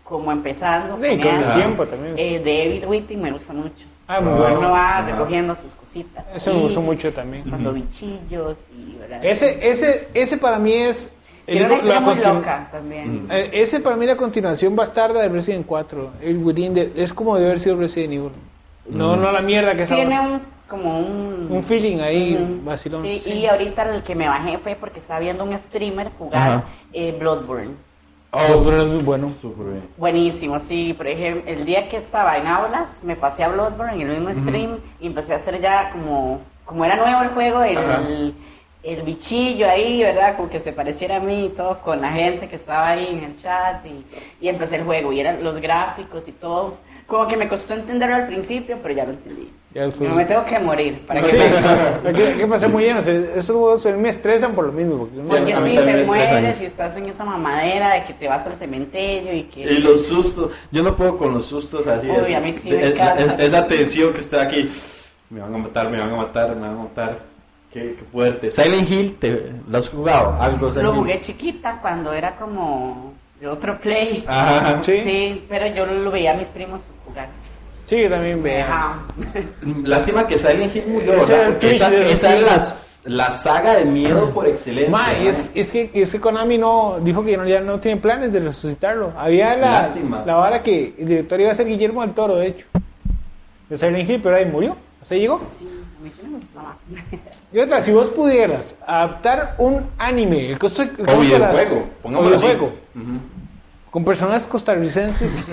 como empezando. Sí, con el eso. tiempo también. David Whiting me gusta mucho. Muy bueno. Uno va recogiendo sus cositas. Eso me gustó mucho también. Cuando bichillos y ¿verdad? Ese para mí es... Tiene una historia muy loca también. Ese para mí la continuación bastarda de Resident 4. El Within es como debe haber sido Resident Evil. No la mierda que es Tiene ahora. un feeling ahí vacilón. Sí, Sí. y ahorita el que me bajé fue porque estaba viendo un streamer jugar Bloodborne. Bloodborne es muy bueno. Súper bien. Buenísimo, sí. Por ejemplo, el día que estaba en aulas, me pasé a Bloodborne en el mismo stream y empecé a hacer ya como era nuevo el juego, el bichillo ahí, ¿verdad? Como que se pareciera a mí y todo, con la gente que estaba ahí en el chat y empecé el juego y eran los gráficos y todo. Como que me costó entenderlo al principio, pero ya lo entendí. Ya después- No me tengo que morir para que Sí, vean cosas. hay que pasar muy bien. O sea, esos juegos a mí me estresan por lo mismo. Porque uno- Porque a mí sí, también te me estresa mueres eso. y estás en esa mamadera de que te vas al cementerio y que... Y los sustos, yo no puedo con los sustos así. Uy, así. a mí sí me encanta. Esa tensión que está aquí, me van a matar, me van a matar, me van a matar. Qué fuerte. Silent Hill, ¿lo has jugado? Algo Lo Silent Hill. jugué chiquita cuando era como de otro play. Ajá. Sí. Sí, pero yo lo veía a mis primos jugar. Sí, yo también veo. Ajá. Lástima que Silent Hill murió, Ese era ¿verdad? el Porque Twitch de los esa Twitch. es la saga de miedo por excelencia. Ma, y ¿no? es que Konami dijo que ya no tiene planes de resucitarlo. Había Lástima. la vara que el director iba a ser Guillermo del Toro, de hecho. De Silent Hill, pero ahí murió. ¿Se llegó? Sí, a mí sí me gustaba. Greta, si vos pudieras adaptar un anime, el costo, O videojuego, pongámoslo así. videojuego, Ujú. con personajes costarricenses,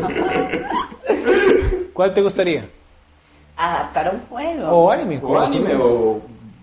¿cuál te gustaría? Adaptar un juego O anime. O anime o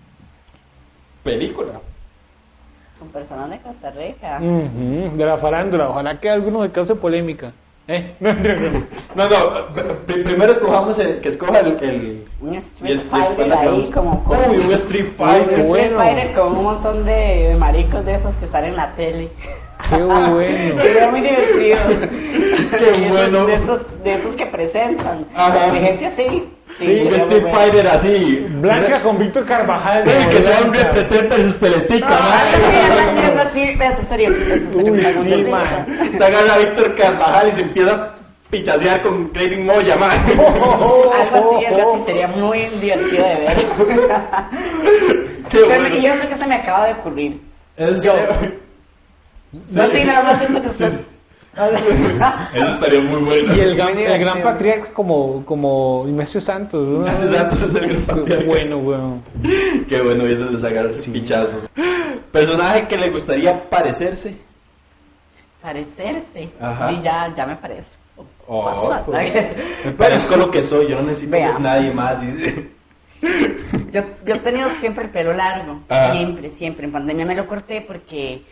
película. con personas de Costa Rica. De la farándula, ojalá que alguno me cause polémica. No, No, primero escojamos que escoja el Un y Street después Fighter la ahí vamos. como... Uy, un Street Un Fighter. Street bueno. Fighter con un montón de maricos de esos que salen en la tele. Qué bueno. Sería muy divertido. Qué bueno. De esos que presentan. Ajá. De gente así. Sí, sería Un muy Street bueno. Fighter así. Blanca con Víctor Carvajal. Uy, que sea un Blanca. repretel versus Teletica, Algo así. Eso sería Uy, un sí, dragón man. de Se agarra a Víctor Carvajal y se empieza a pichasear con Kevin Moya, man. algo así sería muy divertido de ver. Qué bueno. Y eso que se me acaba de ocurrir. Es- Yo. Sí. No sé nada más esto que Sí, usted. sí. Eso estaría muy bueno. Y el Muy gran divertido. patriarca como Ignacio Santos. ¿no? Ignacio Santos es el gran Qué patriarca. bueno, weón. Qué bueno viéndoles agarrarse pichazos. Personaje que le gustaría parecerse. Parecerse. Ajá. Sí, ya me parezco. Oh, Pasa. me parezco lo que soy, yo no necesito Vea. ser nadie más. Dice. Yo he tenido siempre el pelo largo, Ajá. siempre. En pandemia me lo corté porque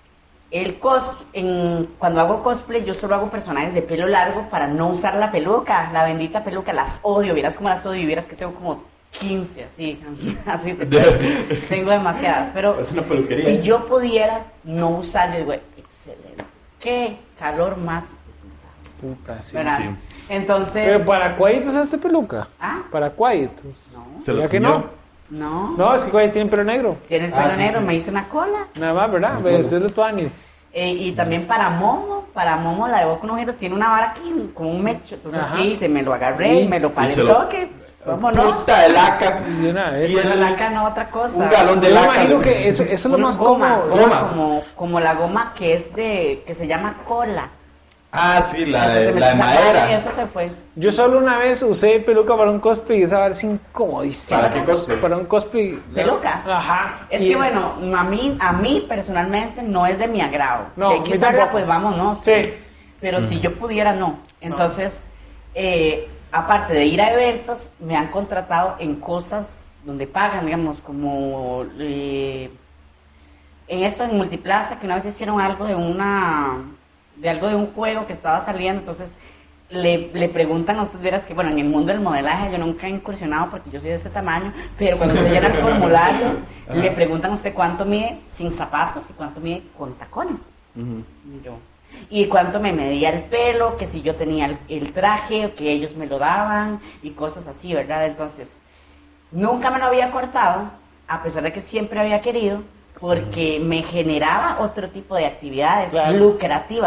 cuando hago cosplay yo solo hago personajes de pelo largo para no usar la peluca, la bendita peluca, las odio, vieras como las odio, vieras que tengo como 15, así tengo demasiadas, pero Es una peluquería. si yo pudiera no usar, yo digo, excelente, qué calor más, Puta, sí. ¿verdad? sí. Entonces, Pero para cuadritos usaste peluca. ¿Ah? Para cuadritos. no, Se lo ¿Ya que tuñó. no? no, No, es que cuadritos tienen pelo negro. tiene el pelo sí, negro, sí. me hice una cola. Nada más, ¿verdad? Es de tuanis. Y también para Momo la de Boku no Hero tiene una vara aquí, como un mecho. Entonces, Ajá. ¿qué hice? Me lo agarré, Sí. me lo paré Y se el lo- toque. Vámonos. Puta de laca. De una vez. Tiene Pero la laca no, otra cosa. un galón de Yo me laca. imagino que eso es lo Una más goma, cómodo. Goma. como la goma que es que se llama cola. Ah, sí, la Se de, me la de sacó madera. Y eso se fue. Yo solo una vez usé peluca para un cosplay y esa vara es incomodísima. ¿Para qué cosplay? Para un cosplay. ¿Peluca? Ajá. Es Y que bueno, a mí personalmente no es de mi agrado. No, si hay a que mí usarla, tampoco. pues vámonos. Sí. Pero si yo pudiera, no. Entonces, aparte de ir a eventos, me han contratado en cosas donde pagan, digamos, como en Multiplaza, que una vez hicieron algo de un juego que estaba saliendo, entonces le preguntan a ustedes, verás que, bueno, en el mundo del modelaje yo nunca he incursionado porque yo soy de este tamaño, pero cuando se llena el formulario, le preguntan a usted cuánto mide sin zapatos y cuánto mide con tacones. Ujú. Y yo, y cuánto me medía el pelo, que si yo tenía el traje, que ellos me lo daban y cosas así, ¿verdad? Entonces, nunca me lo había cortado, a pesar de que siempre había querido, porque me generaba otro tipo de actividades Claro. lucrativas,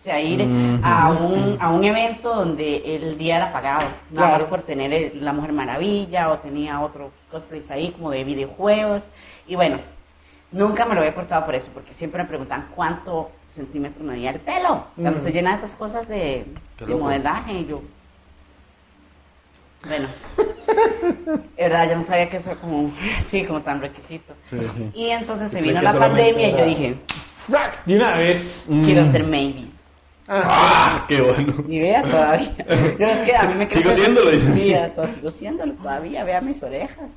sea, ir a un evento donde el día era pagado, nada más por tener la Mujer Maravilla o tenía otros cosplays ahí como de videojuegos. Y bueno, nunca me lo había cortado por eso, porque siempre me preguntan cuántos centímetros medía el pelo. Cuando se llena de esas cosas de modelaje, y yo... Bueno, es verdad, yo no sabía que eso era como, como tan requisito. Sí. Y entonces se vino la pandemia y yo dije... De una vez. Quiero hacer maybes. ¡Qué bueno! Y vea todavía. Yo es que a mí me sigo siéndolo, dice. Sí, sigo siéndolo todavía. Vea mis orejas.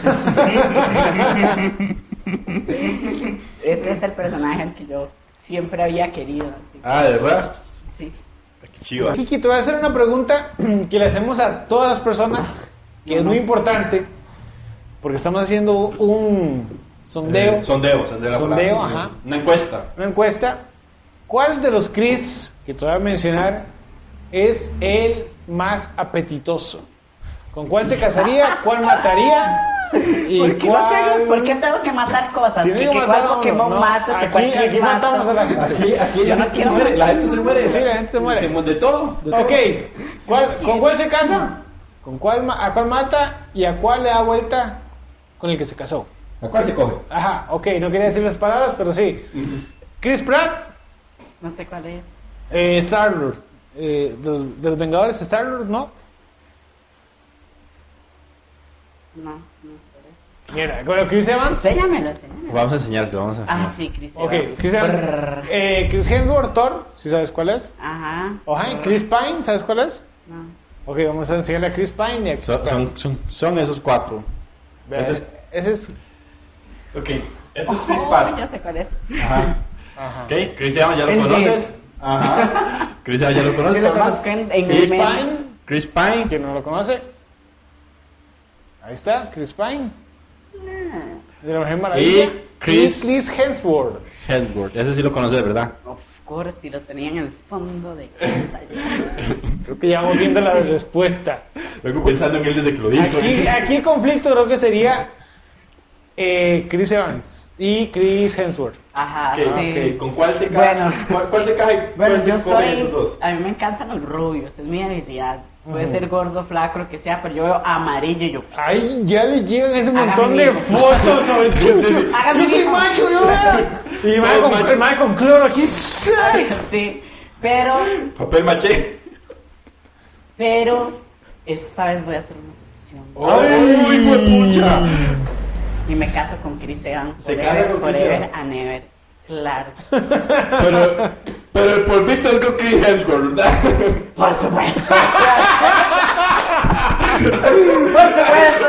Ese es el personaje al que yo siempre había querido. ¿De verdad? Sí. Qué chiva. Kiki, te voy a hacer una pregunta que le hacemos a todas las personas, que es muy importante, porque estamos haciendo un sondeo. Sondeo, ajá. Una encuesta. Una encuesta. ¿Cuál de los Chris que te voy a mencionar es el más apetitoso? ¿Con cuál se casaría? ¿Cuál mataría? ¿Y ¿Por qué tengo que matar cosas? Que cuál Pokémon mato, que cualquier aquí matamos a la gente. Aquí la gente se muere. La gente se muere. Sí, la gente se muere. De todo. Ok. ¿Con cuál se casa? ¿A cuál mata? ¿Y a cuál le da vuelta con el que se casó? ¿A cuál se coge? Ajá, ok. No quería decir las palabras, pero sí. Chris Pratt. No sé cuál es. Star-Lord. De los Vengadores, Star-Lord, ¿no? No sé. Mira, bueno, Chris Evans. Enséñamelo. Vamos a enseñárselo, Sí, Chris Ok, Evans. Chris Evans. Chris Hemsworth, Thor, ¿sí sabes cuál es? Ajá. Chris Pine, ¿sabes cuál es? No. Ok, vamos a enseñarle a Chris Pine y a Chris Pratt. Son esos cuatro. Ese es... Ok, este es Chris Pratt. Ya sé cuál es. Ajá. Ok, Chris Evans, ¿ya lo conoces? Ajá. Chris Evans, ¿ya lo conoces? Yo lo conozco en Chris el Pine. Chris Pine. ¿Quién no lo conoce? Ahí está, Chris Pine. De la Mujer Maravilla. Y Chris Hemsworth. Ese sí lo conoces, ¿verdad? Of course, si lo tenía en el fondo de... Creo que ya vamos viendo la respuesta. Vengo pensando en él desde que lo dijo. Aquí el conflicto creo que sería Chris Evans y Chris Hemsworth. Ajá, Okay. sí. ¿Con cuál se cae? Bueno. ¿Cuál se cae? Bueno, yo coge de esos dos? a mí me encantan los rubios, es mi debilidad. Puede ser gordo, flaco, lo que sea, pero yo veo amarillo y yo... Ay, ya le llegan ese Hágame montón de hijo. fotos sobre Sí. Hágame Yo soy hijo. macho, yo veo. Y el mae con cloro aquí. Sí, pero Papel maché. esta vez voy a hacer una excepción. ¡Ay, fue pucha! Y me caso con Chris Evans. Se casa con Chris Forever Evans. and ever. Claro. Pero el polvito es con Chris Hemsworth, ¿verdad? Por supuesto. Por supuesto.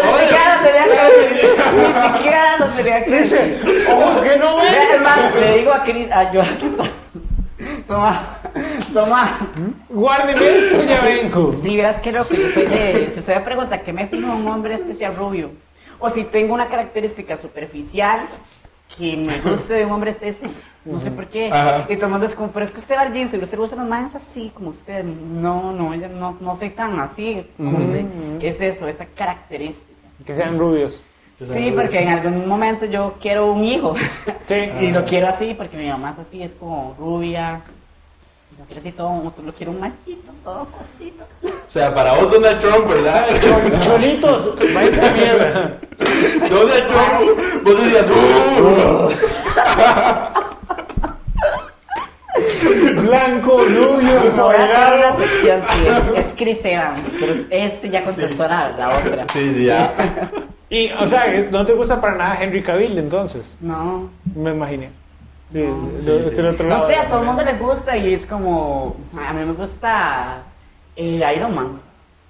Ni siquiera lo tenía que decir. Ojos que no ven. Es más, le digo a Chris, yo aquí está. Toma. Guárdeme esto, ya vengo. Si verás que lo que yo soy de... Si usted me pregunta qué me fijo en un hombre es que sea rubio. O si tengo una característica superficial que me guste de un hombre es este. No sé por qué. Ajá. Y todo el mundo es como, pero es que usted va al gym, si usted le gustan los más así como usted. No, ella no soy tan así. Como usted. Es eso, esa característica. Que sean rubios. Sí, porque en algún momento yo quiero un hijo. Sí. Y lo quiero así, porque mi mamá es así, es como rubia. Yo quiero así todo, lo quiero un machito, todo cosito. O sea, para vos Donald Trump, ¿verdad? Cholitos, vaya mierda. Donald Trump, vos decías, Blanco, rubio, No voy a hacer una empoderado. sección, sí, es Chris Evans, pero este ya contestó la otra. Sí, ya. Y, o sea, no te gusta para nada Henry Cavill, entonces. No, Me imaginé. Sí, sí. es el otro no lado. sé, a todo el mundo le gusta y es como, a mí me gusta Iron Man.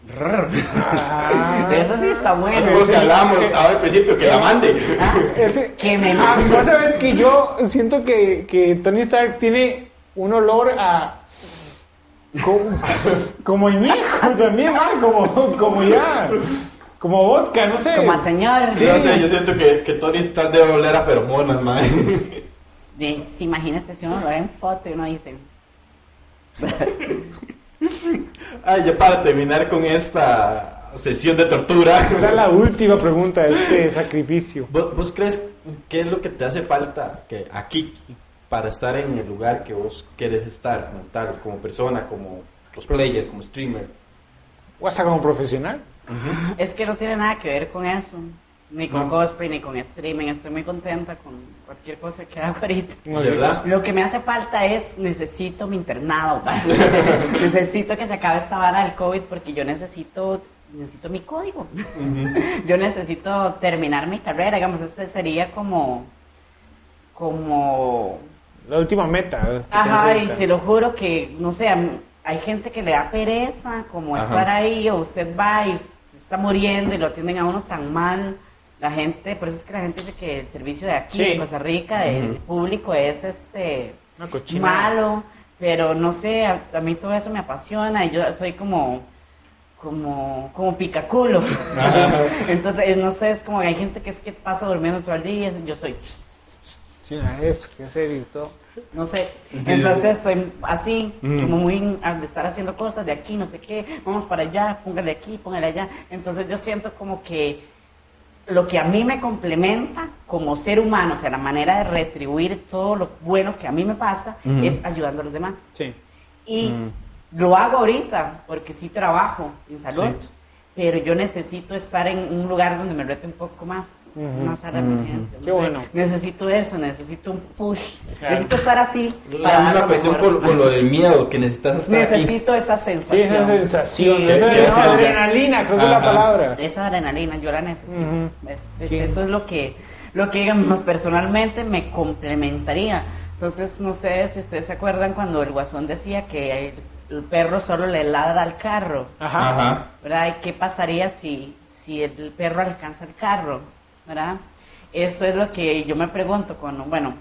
Ah. Eso sí está bueno. Es por lo que hablábamos al principio, que la mande. Ese- Que me Ah, mande. ¿no sabes que yo siento que Tony Stark tiene un olor a... Como añejo también, man, como ya... Como vodka, no sé. Como a señor. Sí. No sé, yo siento que Tony Stark debe oler a feromonas, man. Imagínese si uno lo ve en foto y uno dice... Ay, ya para terminar con esta sesión de tortura. Era la última pregunta de este sacrificio. ¿Vos crees qué es lo que te hace falta que a Kiki para estar en el lugar que vos querés estar, como tal, como persona, como cosplayer, como streamer? ¿O hasta como profesional? Es que no tiene nada que ver con eso, ni con cosplay, ni con streaming. Estoy muy contenta con cualquier cosa que hago ahorita. ¿De verdad? Lo que me hace falta es, necesito mi internado, necesito que se acabe esta vara del COVID porque yo necesito mi código. Yo necesito terminar mi carrera, digamos, ese sería como La última meta. ajá, y se lo juro que, no sé, hay gente que le da pereza como estar ahí, o usted va y usted está muriendo y lo atienden a uno tan mal. La gente, por eso es que la gente dice que el servicio de aquí, de Costa Rica, del público es una cochinada. malo, pero no sé, a mí todo eso me apasiona y yo soy como picaculo. Entonces, no sé, es como que hay gente que es que pasa durmiendo todo el día, yo soy... Sí, nada de eso, qué hacer y todo. No sé, Sí. entonces soy así, como muy de estar haciendo cosas de aquí, no sé qué, vamos para allá, póngale aquí, póngale allá. Entonces yo siento como que lo que a mí me complementa como ser humano, o sea, la manera de retribuir todo lo bueno que a mí me pasa, es ayudando a los demás. Sí. Y lo hago ahorita, porque sí trabajo en salud, Sí. pero yo necesito estar en un lugar donde me rete un poco más. Una sala de emergencia. Qué bueno. Necesito eso, necesito un push. Necesito estar así. para La dar misma lo cuestión mejor. con lo del miedo, que necesitas estar aquí. Necesito esa Sí, sensación. esa sensación. Sí, Esa sí, sí. adrenalina, creo que es la Ajá. palabra. esa adrenalina, yo la necesito. Sí. Eso es lo que digamos, personalmente me complementaría. Entonces, no sé si ustedes se acuerdan cuando el Guasón decía que el perro solo le ladra al carro. Ajá. Ajá. ¿Verdad? ¿Y qué pasaría si el perro alcanza el carro? ¿Verdad? Eso es lo que yo me pregunto cuando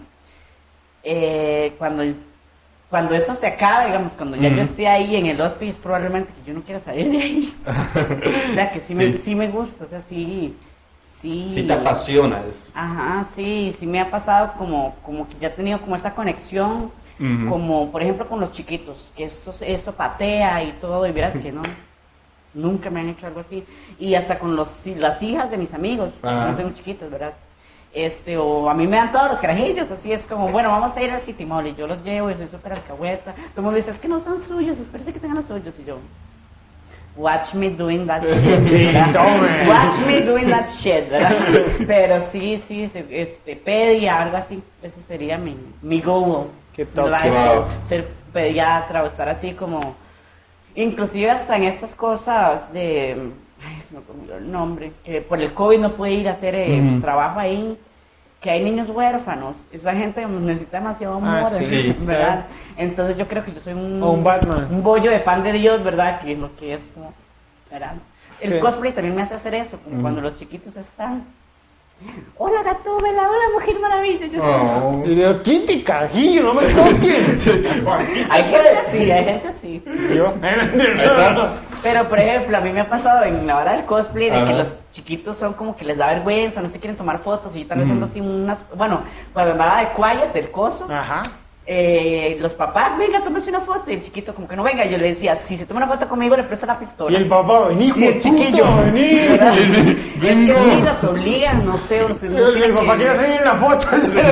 esto se acabe, digamos, cuando ya yo esté ahí en el hospice, probablemente que yo no quiera salir de ahí. O sea, que sí me gusta, o sea, sí. Sí te apasiona eso. Ajá, sí me ha pasado como que ya he tenido como esa conexión, como por ejemplo con los chiquitos, que eso patea y todo, y vieras que no, nunca me han hecho algo así. Y hasta con las hijas de mis amigos, Ajá. no tengo chiquitos, ¿verdad? O a mí me dan todos los carajillos, así es como, bueno, vamos a ir al City Mall, y yo los llevo y soy súper alcahueta. Todo el mundo dice, es que no son suyos, espérese que tengan los suyos, y yo... Watch me doing that shit. Sí, ¿verdad? tome. Watch me doing that shit, ¿verdad? Pero sí, pedia, algo así. Ese sería mi goal. Qué top. Life, Wow. ser pediatra o estar así como... Inclusive hasta en estas cosas de... Ay, se me olvidó el nombre. Que por el COVID no puede ir a hacer trabajo ahí. Que hay niños huérfanos. Esa gente necesita demasiado amor, sí. ¿verdad? Entonces yo creo que yo soy O un Batman. un bollo de pan de Dios, ¿verdad? Que es lo que es como, ¿verdad? El Sí. cosplay también me hace hacer eso, como cuando los chiquitos están. Hola Gatúbela, hola Mujer Maravilla. Yo soy- Oh. Y digo, quítate, cajillo, no me toques. Hay gente así. Yo, está. Pero por ejemplo, a mí me ha pasado en la hora del cosplay de que Ajá. los chiquitos son como que les da vergüenza, no se quieren tomar fotos y yo también ando así unas. Bueno, cuando andaba de Quiet, del coso. Ajá. Los papás, venga, tómese una foto. Y el chiquito, como que no venga. Yo le decía, si se toma una foto conmigo, le presto la pistola. Y el papá, vení, hijo Y de el chiquillo, puta, vení. ¿verdad? Sí, sí, sí. Es que sí, los obligan, no sé. El papá quiere salir en la foto.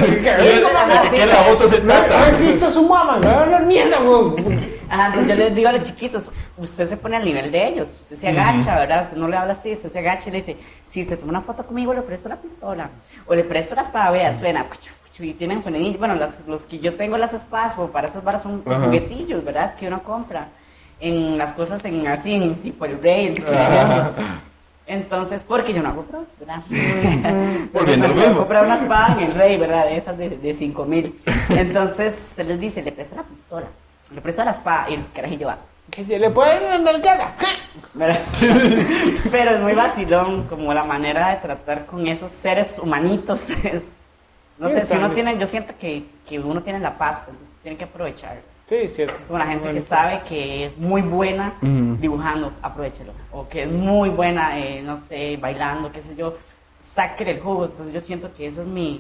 Es que la foto se No trata. has visto a su mamá, me va a hablar mierda, güey. Ajá, entonces yo les digo a los chiquitos, usted se pone al nivel de ellos, usted se agacha, ¿verdad? Usted no le habla así, usted se agacha y le dice, si se toma una foto conmigo, le presto la pistola. O le presto la espada, vea, suena, y tienen sonidillos. Bueno, los que yo tengo las espadas, como para esas varas son Ajá. juguetillos, ¿verdad? Que uno compra en las cosas así, en tipo el Rey, el Ajá. Entonces, porque yo no hago pros, ¿verdad? Volviendo a lo Entonces, mismo. comprar una espada en el Rey, ¿verdad? De esas de 5,000. Entonces, se les dice, le presto la pistola, le presto la espada, y el carajillo va. Que le pueden andar. ¿Verdad? Pero es muy vacilón, como la manera de tratar con esos seres humanitos. No Sí, sé, si uno también. tiene, yo siento que uno tiene la paz, entonces tiene que aprovechar. Sí, cierto. Como la gente que Bonito. sabe que es muy buena dibujando, aprovechelo. O que es muy buena, no sé, bailando, qué sé yo, sáquele el jugo. Entonces yo siento que esa es mi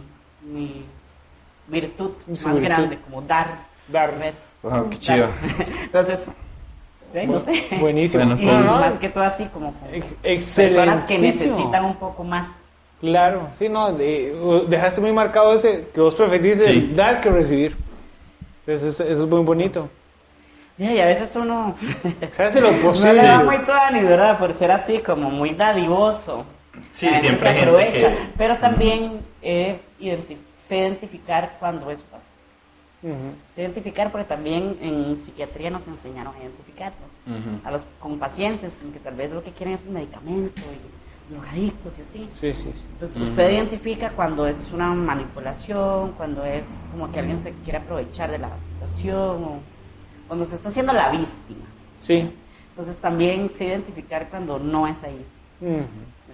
virtud Su más virtud. grande, como dar. Dar. ¿ves? Wow, qué chido. Entonces, no sé. Buenísimo. Bueno, Y No, no, más que todo así, como con excelentísimo. personas que necesitan un poco más. Claro, sí, no, dejaste muy marcado ese que vos preferís Sí. el dar que recibir. Eso es muy bonito. Y a veces uno Se hace lo no posible. le da muy toda ni verdad por ser así, como muy dadivoso. Sí, La gente siempre se hay gente aprovecha, que... pero también sé identificar cuando eso pasa. Ujú. Sé identificar porque también en psiquiatría nos enseñaron a identificarlo. Con pacientes con que tal vez lo que quieren es el medicamento y drogadictos y así. Sí. Entonces usted identifica cuando es una manipulación, cuando es como que alguien se quiere aprovechar de la situación o cuando se está haciendo la víctima. Sí. Entonces también sé identificar cuando no es ahí. Ujú.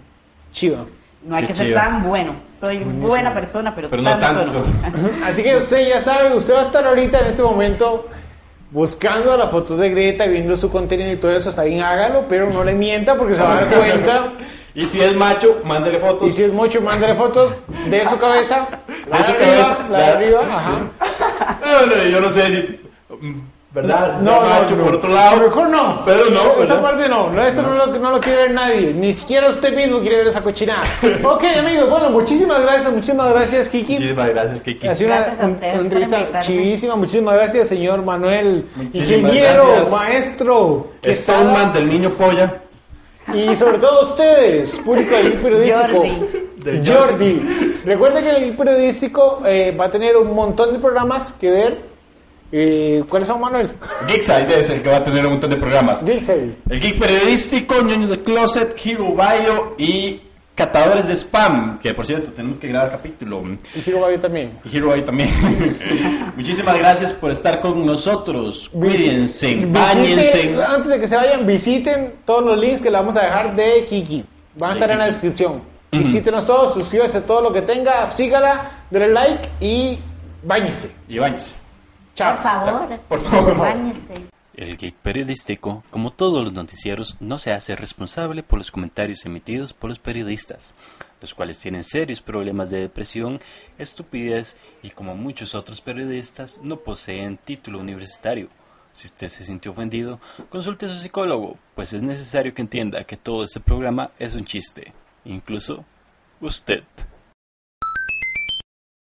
Chiva. No hay Qué que ser chido. tan bueno. Soy buena persona, pero no tanto. no. Así que usted ya sabe, usted va a estar ahorita en este momento buscando las fotos de Greta, viendo su contenido y todo eso, está bien, hágalo, pero no le mienta porque se va a dar cuenta. Y si es macho, mándele fotos. Y si es mucho, mándale fotos de su cabeza, De su cabeza, la de arriba, ajá. No, yo no sé si... ¿Verdad? Si No, sea macho, no. por otro lado. Mejor no. Pero no, Esa ¿verdad? parte no. Eso no lo quiere ver nadie. Ni siquiera usted mismo quiere ver esa cochinada. Ok, amigos. Bueno, muchísimas gracias, Kiki. Muchísimas gracias, Kiki. Ha sido Gracias a ustedes por entrevista invitarme. chivísima. Muchísimas gracias, señor Manuel. Muchísimas Ingeniero, gracias. maestro. Stoneman del niño polla. Y sobre todo ustedes, público del Geek Periodístico. Del Jordi. Recuerden que el Geek Periodístico va a tener un montón de programas que ver. ¿Cuáles son, Manuel? Geekside es el que va a tener un montón de programas. Geekside. El Geek Periodístico, Ñoños de Closet, Hero Bio y Catadores de Spam. Que por cierto, tenemos que grabar capítulo. Y Giro Bayo también. Y Hero Bio también. Muchísimas gracias por estar con nosotros. Cuídense, báñense. Antes de que se vayan, visiten todos los links que le vamos a dejar de Kiki. Van a estar en la descripción. Visítenos todos, suscríbase a todo lo que tenga, sígala, denle like y báñense. Y báñense. Chao. Por favor, Por favor. báñese. El Geek Periodístico, como todos los noticieros, no se hace responsable por los comentarios emitidos por los periodistas, los cuales tienen serios problemas de depresión, estupidez y, como muchos otros periodistas, no poseen título universitario. Si usted se sintió ofendido, consulte a su psicólogo, pues es necesario que entienda que todo este programa es un chiste, incluso usted.